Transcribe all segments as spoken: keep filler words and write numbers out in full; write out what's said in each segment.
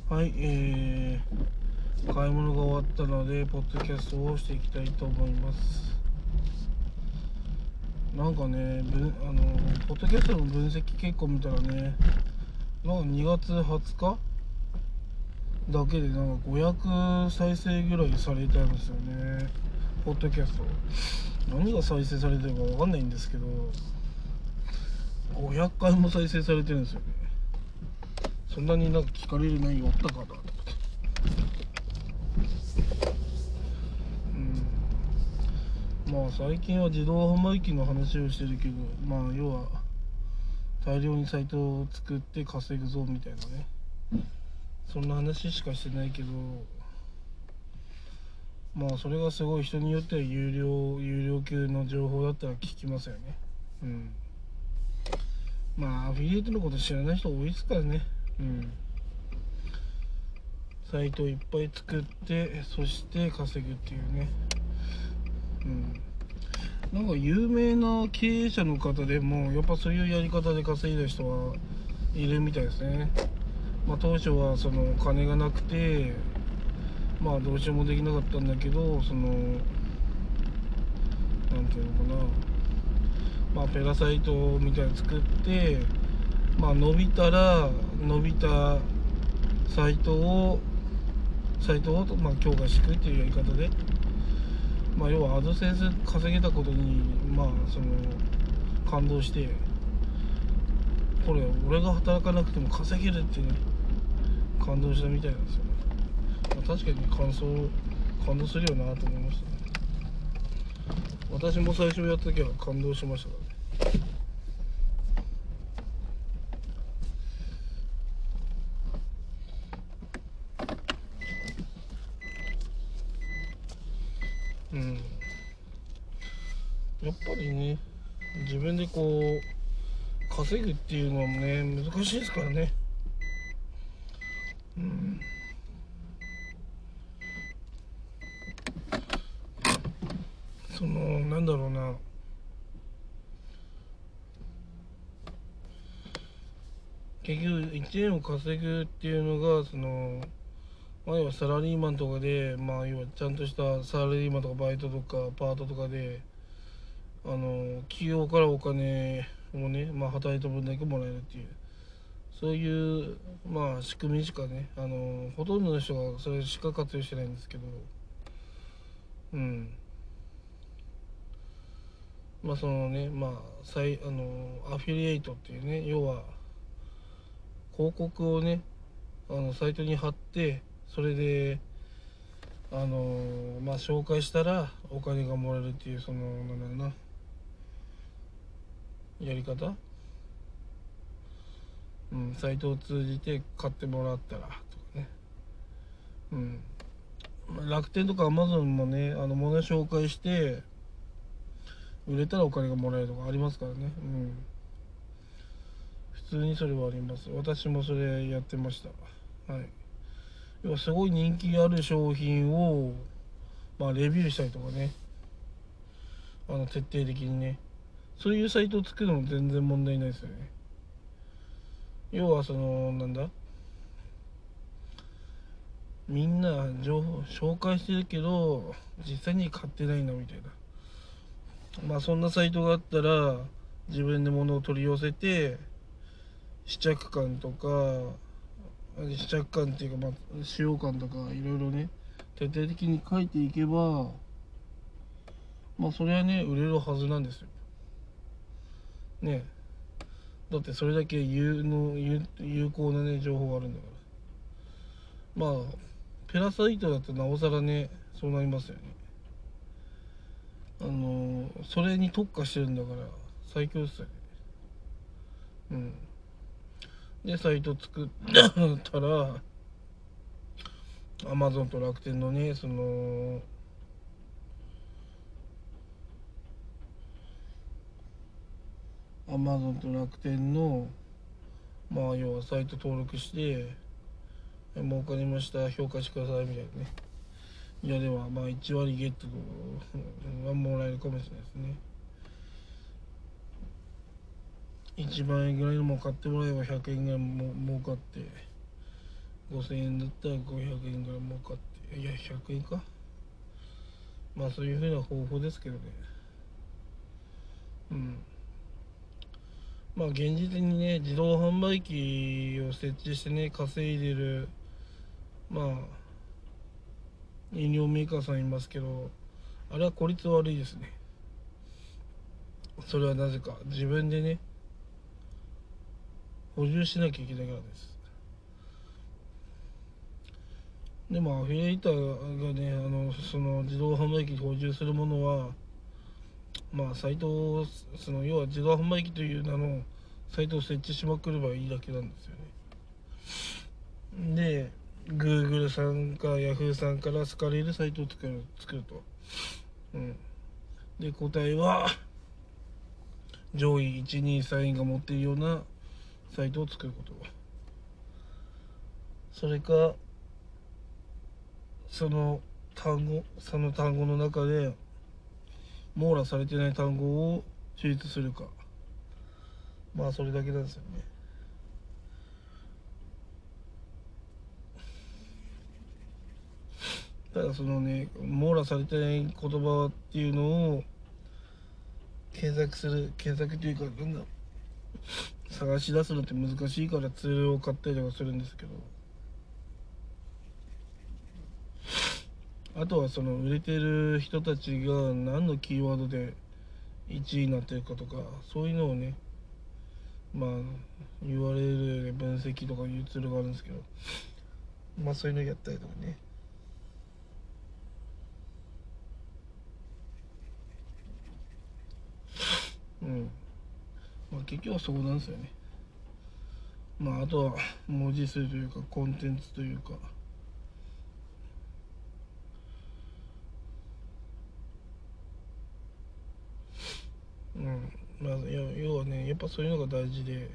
はい、えー、買い物が終わったのでポッドキャストをしていきたいと思います。なんかね、ぶあのポッドキャストの分析結構見たらね、なんかにがつはつかだけでなんかごひゃく再生ぐらいされたんですよね、ポッドキャスト。何が再生されてるかわかんないんですけど、ごひゃっかいも再生されてるんですよね。そんなになんか聞かれる内容あったかなと思って。うんまあ最近は自動販売機の話をしてるけど、まあ要は大量にサイトを作って稼ぐぞみたいなね、そんな話しかしてないけど、まあそれがすごい人によっては有料有料級の情報だったら聞きますよね。うんまあアフィリエイトのこと知らない人多いですからね。うんサイトをいっぱい作って、そして稼ぐっていうね。うんなんか有名な経営者の方でもやっぱそういうやり方で稼いだ人はいるみたいですね。まあ、当初はその金がなくて、まあどうしようもできなかったんだけど、そのなんていうのかな、まあペラサイトみたいなの作って、まあ伸びたら伸びたサイトをサイトをまあ強化していくっていうやり方で、まあ要はアドセンス稼げたことにまあその感動して、これ俺が働かなくても稼げるってね、感動したみたいなんですよね。まあ、確かに感想感動するよなと思いましたね。私も最初やった時は感動しましたからね。うんやっぱりね、自分でこう稼ぐっていうのはね難しいですからね。うんそのなんだろうな、結局いちえんを稼ぐっていうのがその、まあ、要はサラリーマンとかで、まあ要はちゃんとしたサラリーマンとかバイトとかパートとかで、あの企業からお金をね、まあ、働いた分だけもらえるっていう、そういうまあ仕組みしかね、あのほとんどの人がそれしか活用してないんですけど、うんまあそのね、まあ再あのアフィリエイトっていうね、要は広告をね、あのサイトに貼って、それであのまあ紹介したらお金がもらえるっていう、そのなんだろうな、やり方、うん、サイトを通じて買ってもらったらとかね、うん楽天とかアマゾンもね、あの物紹介して売れたらお金がもらえるとかありますからね。うん普通にそれはあります。私もそれやってました。はい要はすごい人気ある商品をまあレビューしたりとかね、あの徹底的にね、そういうサイトを作るのも全然問題ないですよね。要はそのなんだ、みんな情報紹介してるけど実際に買ってないなみたいな、まあそんなサイトがあったら自分で物を取り寄せて、試着感とか試着感っていうか、まあ、使用感とかいろいろね徹底的に書いていけば、まあそれはね売れるはずなんですよね。だってそれだけ有の有有効なね情報があるんだから、まあペラサイトだとなおさらねそうなりますよね。あのそれに特化してるんだから最強ですよね。うんでサイト作ったらアマゾンと楽天のね、そのアマゾンと楽天のまあ要はサイト登録して儲かりました評価してくださいみたいなね、やればまあいち割ゲットはもらえるかもしれないですね。いちまん円ぐらいのも買ってもらえばひゃくえんぐらいも儲かって、 ごせんえんだったらごひゃくえんぐらい儲かって、いやひゃくえんか、まあそういうふうな方法ですけどね。うん。まあ現実にね、自動販売機を設置してね稼いでる、まあ飲料メーカーさんいますけど、あれは効率悪いですね。それはなぜか自分でね補充しなきゃいけないからです。でもアフィリエイターがね、あのその自動販売機に補充するものは、まあサイトを、その要は自動販売機という名のサイトを設置しまくればいいだけなんですよね。で Google さんか Yahoo さんから好かれるサイトを作る作ると、うん、で答えは上位いちにさんいが持っているようなサイトを作ること、それかその単語その単語の中で網羅されてない単語を抽出するか、まあそれだけなんですよね。ただそのね網羅されてない言葉っていうのを検索する検索というかなんだ探し出すのって難しいからツールを買ったりとかするんですけど、あとはその売れてる人たちが何のキーワードでいちいになってるかとか、そういうのをね、まあ ユーアールエル で分析とかいうツールがあるんですけど、まあそういうのやったりとかね。うん。まあ結局はそこなんですよね。まああとは文字数というかコンテンツというか、うん。まあ要はね、やっぱそういうのが大事で、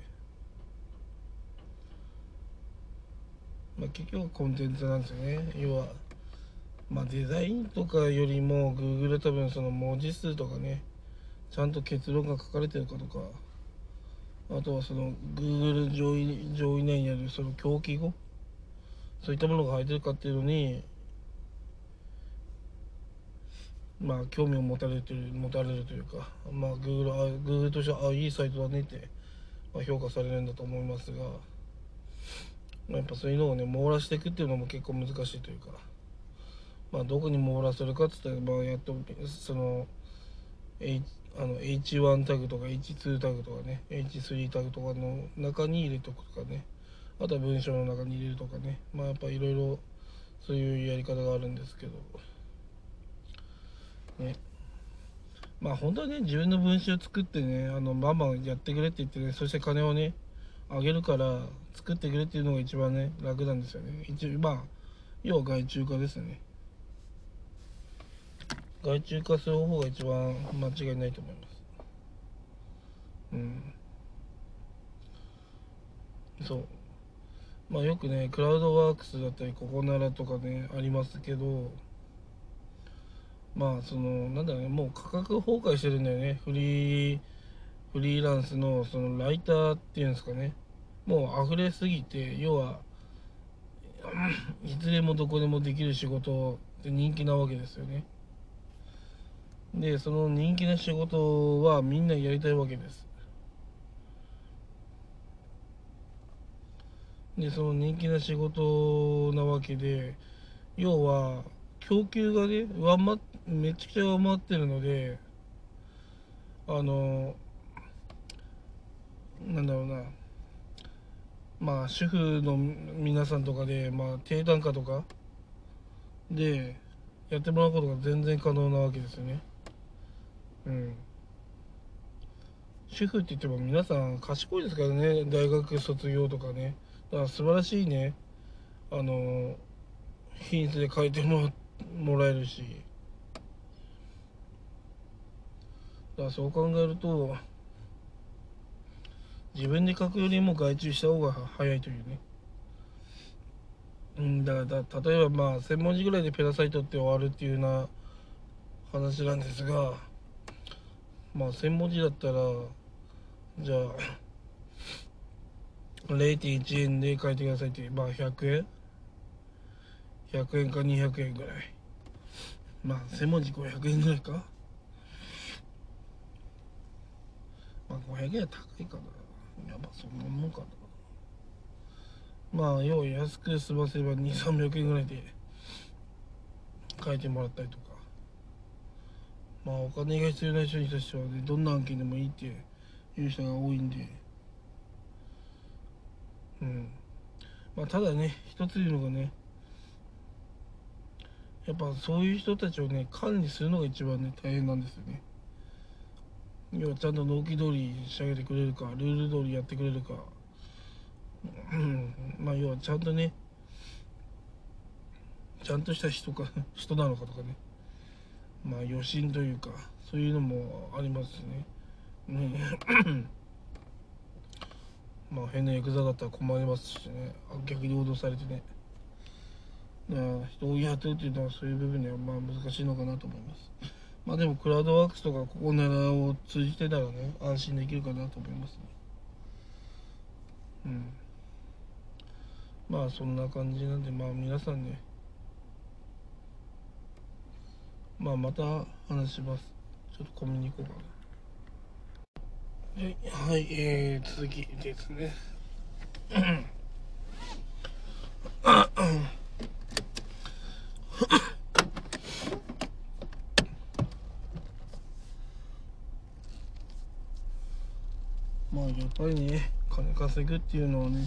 まあ結局はコンテンツなんですよね。要は、まあデザインとかよりも Google は多分その文字数とかね、ちゃんと結論が書かれてるかとか、あとはその Google 上位上位内にあるその狂気語、そういったものが入ってるかっていうのに、まあ興味を持たれてる持たれるというか、まあ Google、あ Google としてはあいいサイトだねって、まあ、評価されるんだと思いますが、まあ、やっぱそういうのをね網羅していくっていうのも結構難しいというか、まあどこに網羅するかって言ったら、まあやっとその H, あの エイチワン タグとか エイチツー タグとかね エイチスリー タグとかの中に入れとくとかね、あとは文章の中に入れるとかね、まあやっぱいろいろそういうやり方があるんですけどね。まあ本当はね自分の文章を作ってね、あのバンバンやってくれって言ってね、そして金をねあげるから作ってくれっていうのが一番ね楽なんですよね。一まあ要は外注化ですね。外注化する方法が一番間違いないと思います。うん。そうまあよくねクラウドワークスだったりここならとかねありますけど、まあそのなんだろうね、もう価格崩壊してるんだよね。フリーフリーランスのそのライターっていうんですかね、もう溢れすぎて、要はいつでもどこでもできる仕事って人気なわけですよね。でその人気な仕事はみんなやりたいわけです。でその人気な仕事なわけで、要は供給がね上回めちゃくちゃ上回ってるので、あのなんだろうな、まあ主婦の皆さんとかで、まあ、低単価とかでやってもらうことが全然可能なわけですよね。うん。主婦って言っても皆さん賢いですからね、大学卒業とかね。だから素晴らしいね、あの品質で書いてももらえるし、だからそう考えると自分で書くよりも外注した方が早いというね。うん、だからだ例えばまあせん文字ぐらいでペラサイトって終わるっていうような話なんですが、まあせん文字だったらじゃあ れいてんいち 円で書いてくださいって、まあひゃくえんひゃくえんかにひゃくえんぐらい。まあ専門字ごひゃくえんぐらいか。まあごひゃくえんは高いかな。やっぱそんなもんかな。まあ要は安く済ませればにせんさんびゃくえんぐらいで書いてもらったりとか。まあお金が必要な人にとしてはね、どんな案件でもいいっていう人が多いんで、うん。まあただね、一つ言うのがね、やっぱそういう人たちをね、管理するのが一番ね、大変なんですよね。要はちゃんと納期通り仕上げてくれるか、ルール通りやってくれるか、うん、まあ要はちゃんとね、ちゃんとした人か人なのかとかね、まあ余震というか、そういうのもありますしね。ねまあ変なヤクザだったら困りますしね、逆に脅されてね。だから人を雇うっていうのはそういう部分ではまあ難しいのかなと思います。まあでもクラウドワークスとかここならを通じてならね、安心できるかなと思いますね。うん。まあそんな感じなんで、まあ皆さんね、まあまた話します。ちょっとコミュニ行こうかな。はい、はい、えー、続きですね。まあやっぱりね、金稼ぐっていうのはね、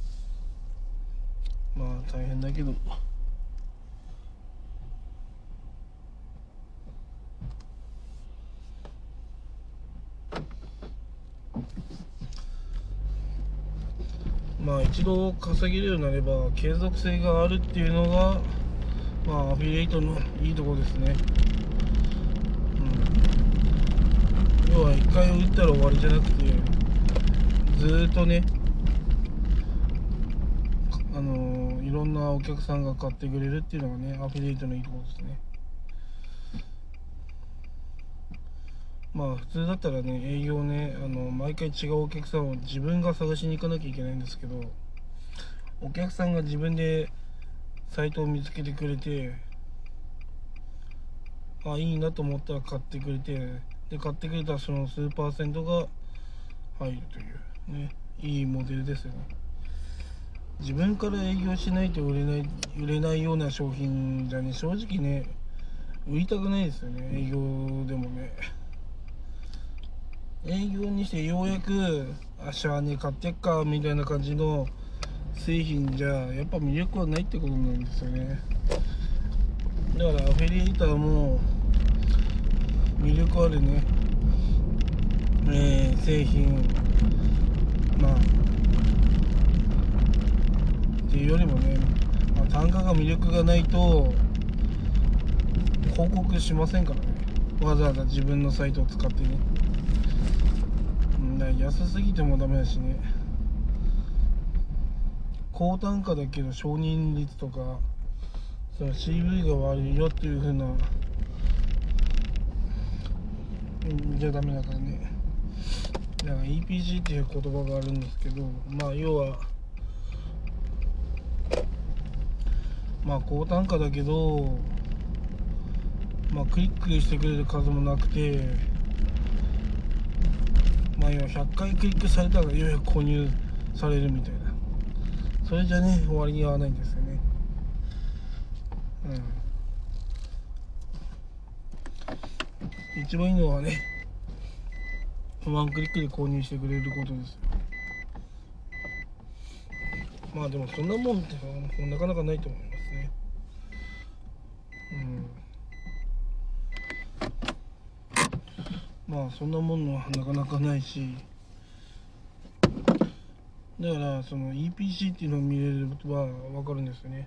まあ大変だけど、まあ一度稼げるようになれば継続性があるっていうのが、まあアフィリエイトのいいところですね。うん、要は一回売ったら終わりじゃなくて、ずーっとね、あのーいろんなお客さんが買ってくれるっていうのがね、アフィリエイトのいいところですね。まあ普通だったらね、営業ね、あの毎回違うお客さんを自分が探しに行かなきゃいけないんですけど、お客さんが自分でサイトを見つけてくれて、あ、いいなと思ったら買ってくれて、で買ってくれたらその数パーセントが入るというね、いいモデルですよね。自分から営業しないと売れない売れないような商品じゃね、正直ね、売りたくないですよね。営業でもね、営業にしてようやくあしゃあね買ってっかみたいな感じの製品じゃやっぱ魅力はないってことなんですよね。だからアフィリエイターも魅力あるね、えー製品、まあっていうよりもね、まあ、単価が魅力がないと広告しませんからね。わざわざ自分のサイトを使ってね。だから安すぎてもダメだしね、高単価だけど承認率とかその シーブイ が悪いよっていう風な、うんじゃダメだからね。だから イーピージー っていう言葉があるんですけど、まあ要はまあ高単価だけど、まあクリックしてくれる数もなくて、まあ要はひゃっかいクリックされたらようやく購入されるみたいな、それじゃね終わりに合わないんですよね。うん、一番いいのはね、ワンクリックで購入してくれることですよ。まあでもそんなもんってなかなかないと思いますね。うん、まあそんなもんのはなかなかないし、だからその イーピーシー っていうのを見れることは分かるんですよね。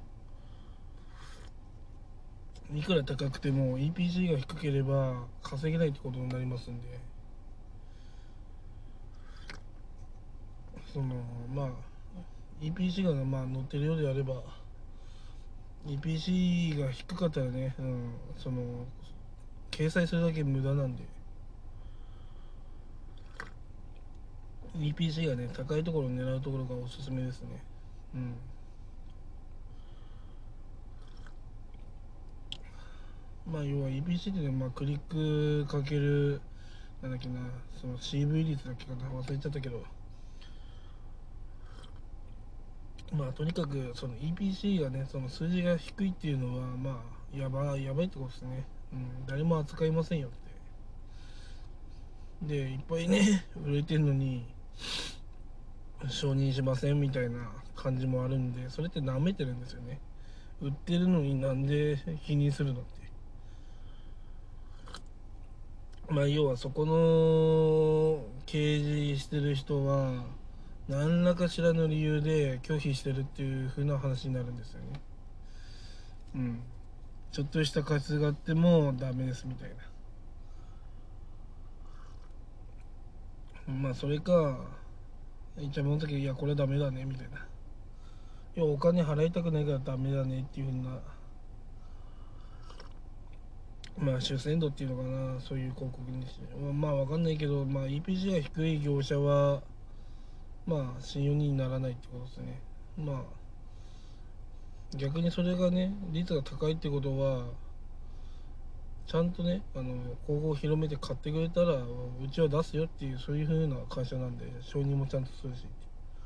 いくら高くても イーピーシー が低ければ稼げないってことになりますんで、そのまあ イーピーシー がまあ載ってるようであれば イーピーシー が低かったらね、うん、その掲載するだけ無駄なんで、 イーピーシー がね高いところを狙うところがおすすめですね。うんまあ要は イーピーシー っていうのは、まあ、クリックかけるなんだっけな、その シーブイ 率だっけかな、忘れちゃったけど、まあとにかくその イーピーシー がね、その数字が低いっていうのはまあやばいやばいってことですね。うん、誰も扱いませんよって。でいっぱいね売れてんのに承認しませんみたいな感じもあるんで、それって舐めてるんですよね。売ってるのになんで否認するのって。まあ要はそこの掲示してる人は何らかしらの理由で拒否してるっていう風な話になるんですよね。うん。ちょっとした過失があってもダメですみたいな。まあそれか、イチャモンの時いやこれダメだねみたいな。いやお金払いたくないからダメだねっていう風な、まあ主戦度っていうのかな、そういう広告にして。まあわかんないけど、まあ イーピーシー が低い業者はまあ信用にならないってことですね。まあ逆にそれがね率が高いってことはちゃんとねあの広告を広めて買ってくれたらうちは出すよっていう、そういう風な会社なんで承認もちゃんとするし、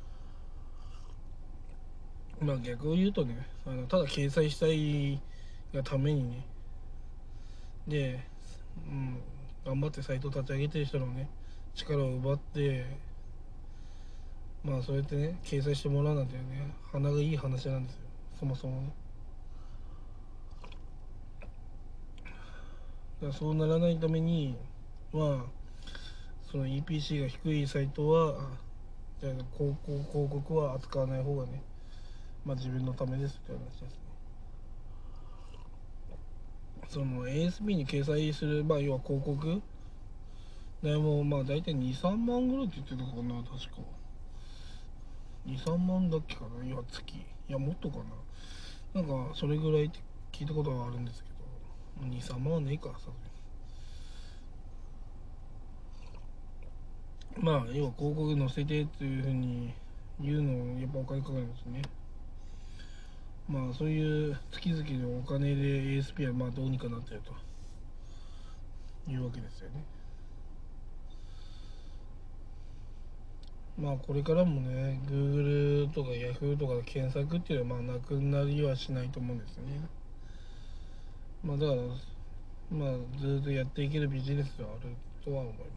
まあ逆を言うとね、あのただ掲載したいがためにね、で、うん、頑張ってサイト立ち上げてる人のね力を奪って、まあそうやってね掲載してもらうなんてね鼻がいい話なんですよ、そもそもね。だからそうならないためにまあその イーピーシー が低いサイトはじゃあ広告広告は扱わない方がね、まあ自分のためですって話ですね。その エーエスピー に掲載する、まあ要は広告でもまあ大体にさんまんぐらいって言ってたかな、確かにさんまんだっけかな、いや月いやもっとかな、なんかそれぐらいって聞いたことがあるんですけど、にさんまんはねえかさすがに。まあ要は広告載せてっていうふうに言うのやっぱお金かかるんですね。まあそういう月々のお金で エーエスピー はまあどうにかなってるというわけですよね。まあこれからもね Google とか Yahoo とかで検索っていうのはまあなくなりはしないと思うんですよね。まあだからまあずっとやっていけるビジネスではあるとは思います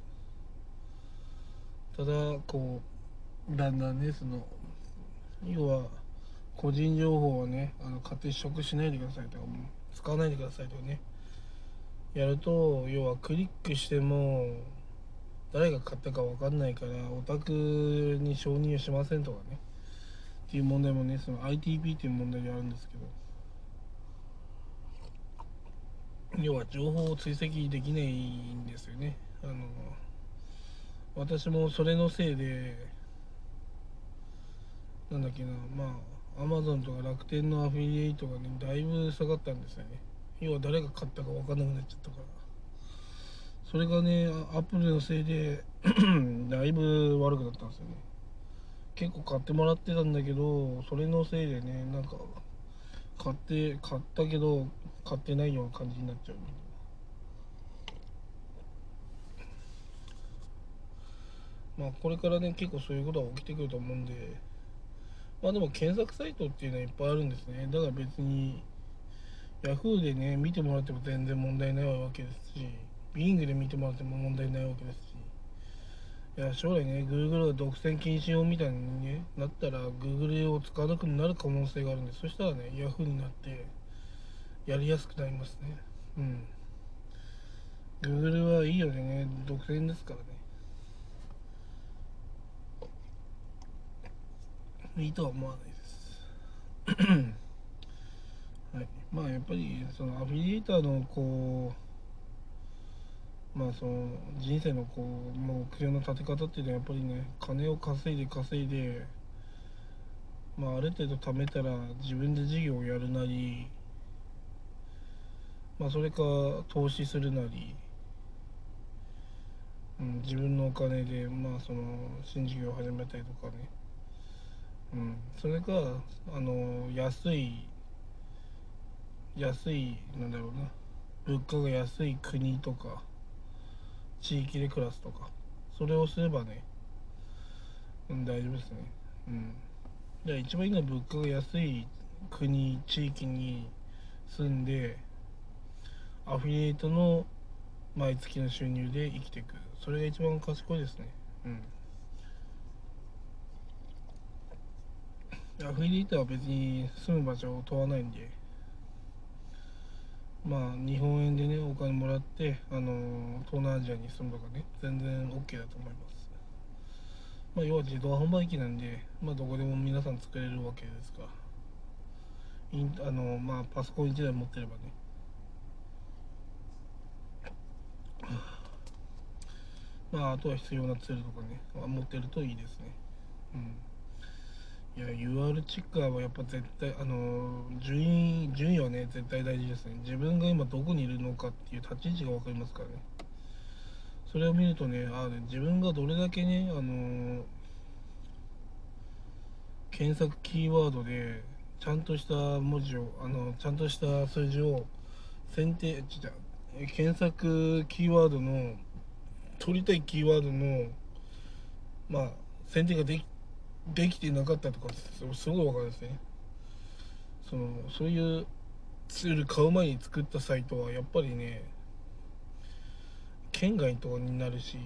。ただこうだんだんねその要は個人情報をねあの勝手に取得しないでくださいとか使わないでくださいとかねやると、要はクリックしても誰が買ったか分かんないからオタクに承認をしませんとかねっていう問題もね、その アイティーピー っていう問題であるんですけど、要は情報を追跡できないんですよね。あの私もそれのせいでなんだっけな、まあ Amazon とか楽天のアフィリエイトがねだいぶ下がったんですよね。要は誰が買ったか分かんなくなっちゃったから、それがねアップルのせいでだいぶ悪くなったんですよね。結構買ってもらってたんだけど、それのせいでねなんか買って買ったけど買ってないような感じになっちゃう。まあこれからね結構そういうことは起きてくると思うんで、まあでも検索サイトっていうのはいっぱいあるんですね。だから別に Yahoo でね見てもらっても全然問題ないわけですし、 Bing で見てもらっても問題ないわけですし、いや将来ね Google が独占禁止用みたいに、ね、なったら Google を使わなくなる可能性があるんで、そしたらね Yahoo になってやりやすくなりますね。うん。 Google はいいよね、独占ですからね、いいとは思わないですはい、まあやっぱりそのアフィリエイターのこうまあその人生のこう目標の立て方っていうのはやっぱりね金を稼いで稼いで、まあある程度貯めたら自分で事業をやるなり、まあそれか投資するなり、うん、自分のお金でまあその新事業を始めたりとかね、うん、それかあの安い安いなんだろうな物価が安い国とか地域で暮らすとか、それをすればね、うん、大丈夫ですね。うん。じゃあ一番いいのは物価が安い国地域に住んで、アフィリエイトの毎月の収入で生きていく、それが一番賢いですね。うん。アフィリエイトは別に住む場所を問わないんで、まあ日本円でねお金もらって、あの東南アジアに住むとかね、全然 OK だと思います。まあ要は自動販売機なんで、まあどこでも皆さん作れるわけですから、インあのまあパソコンいちだい持ってればね、まああとは必要なツールとかね持ってるといいですね。うん。いや ユーアール チェッカーはやっぱ絶対あの順位順位はね絶対大事ですね。自分が今どこにいるのかっていう立ち位置が分かりますからね。それを見るとね、あ自分がどれだけね、あの検索キーワードでちゃんとした文字をあのちゃんとした数字を選定ちゃ検索キーワードの取りたいキーワードのまあ選定ができできてなかったとかすごい分かるんですね。そのそういうツール買う前に作ったサイトはやっぱりね県外とかになるし、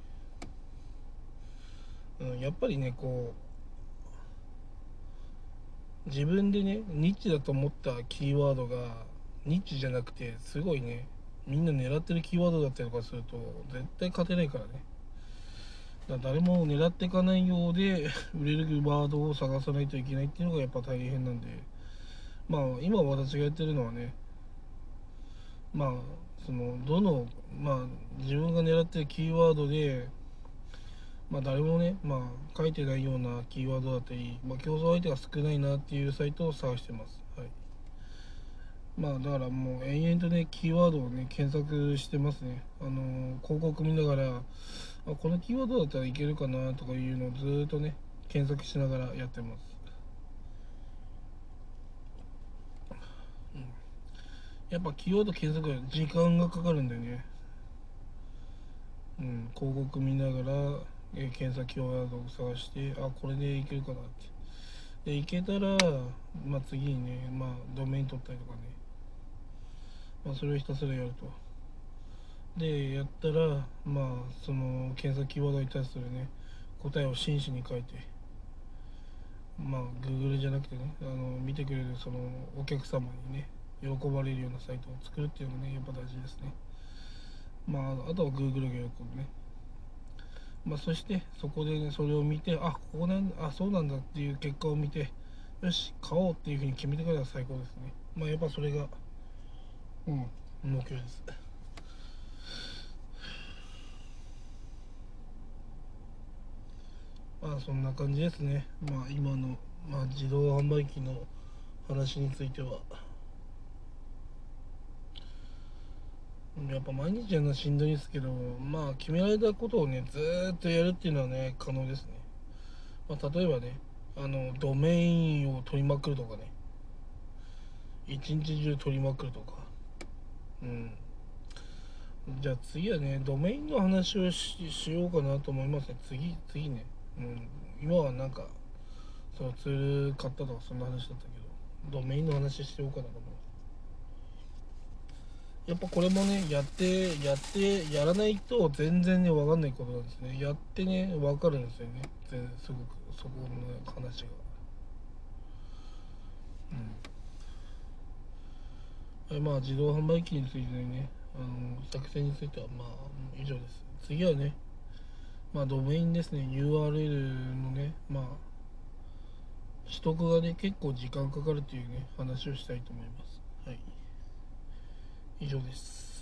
うん、やっぱりねこう自分でねニッチだと思ったキーワードがニッチじゃなくてすごいねみんな狙ってるキーワードだったりとかすると絶対勝てないからね。だから誰も狙っていかないようで売れるワードを探さないといけないっていうのがやっぱ大変なんで、まあ今私がやってるのはね、まあそのどのまあ自分が狙ってるキーワードでまあ誰もねまあ書いてないようなキーワードだったり、まあ、競争相手が少ないなっていうサイトを探してます。はい。まあだからもう延々とねキーワードをね検索してますね。あのー広告見ながらあこのキーワードだったらいけるかなとかいうのをずーっとね検索しながらやってます。やっぱキーワード検索は時間がかかるんだよね。うん、広告見ながら、えー検索キーワードを探してあこれでいけるかなってでいけたら、まあ、次にね、まあ、ドメイン取ったりとかね、まあ、それをひたすらやると。でやったらまあその検索キーワードに対するね答えを真摯に書いて、まあ Google じゃなくてねあの見てくれるそのお客様にね喜ばれるようなサイトを作るっていうのがねやっぱ大事ですね。まああとは Google が喜ぶね。まあそしてそこでねそれを見てあここなんあそうなんだっていう結果を見てよし買おうっていうふうに決めてから最高ですね。まあやっぱそれがうん目標です。まあそんな感じですね。まあ今の、まあ、自動販売機の話についてはやっぱ毎日やるのはしんどいですけど、まあ決められたことをねずーっとやるっていうのはね可能ですね。まあ、例えばねあのドメインを取りまくるとかね一日中取りまくるとか。うん。じゃあ次はねドメインの話を し, しようかなと思いますね。次次ね。うん。今はなんかそのツール買ったとかそんな話だったけどドメインの話しようかなと思う。やっぱこれもねやってやってやらないと全然ね分かんないことなんですね。やってね分かるんですよね。全然すごくそこの話が。うん。まあ自動販売機についてねあの作成についてはまあ以上です。次はねまあドメインですね。 ユーアールエル のねまあ取得がね結構時間かかるというね話をしたいと思います。はい、以上です。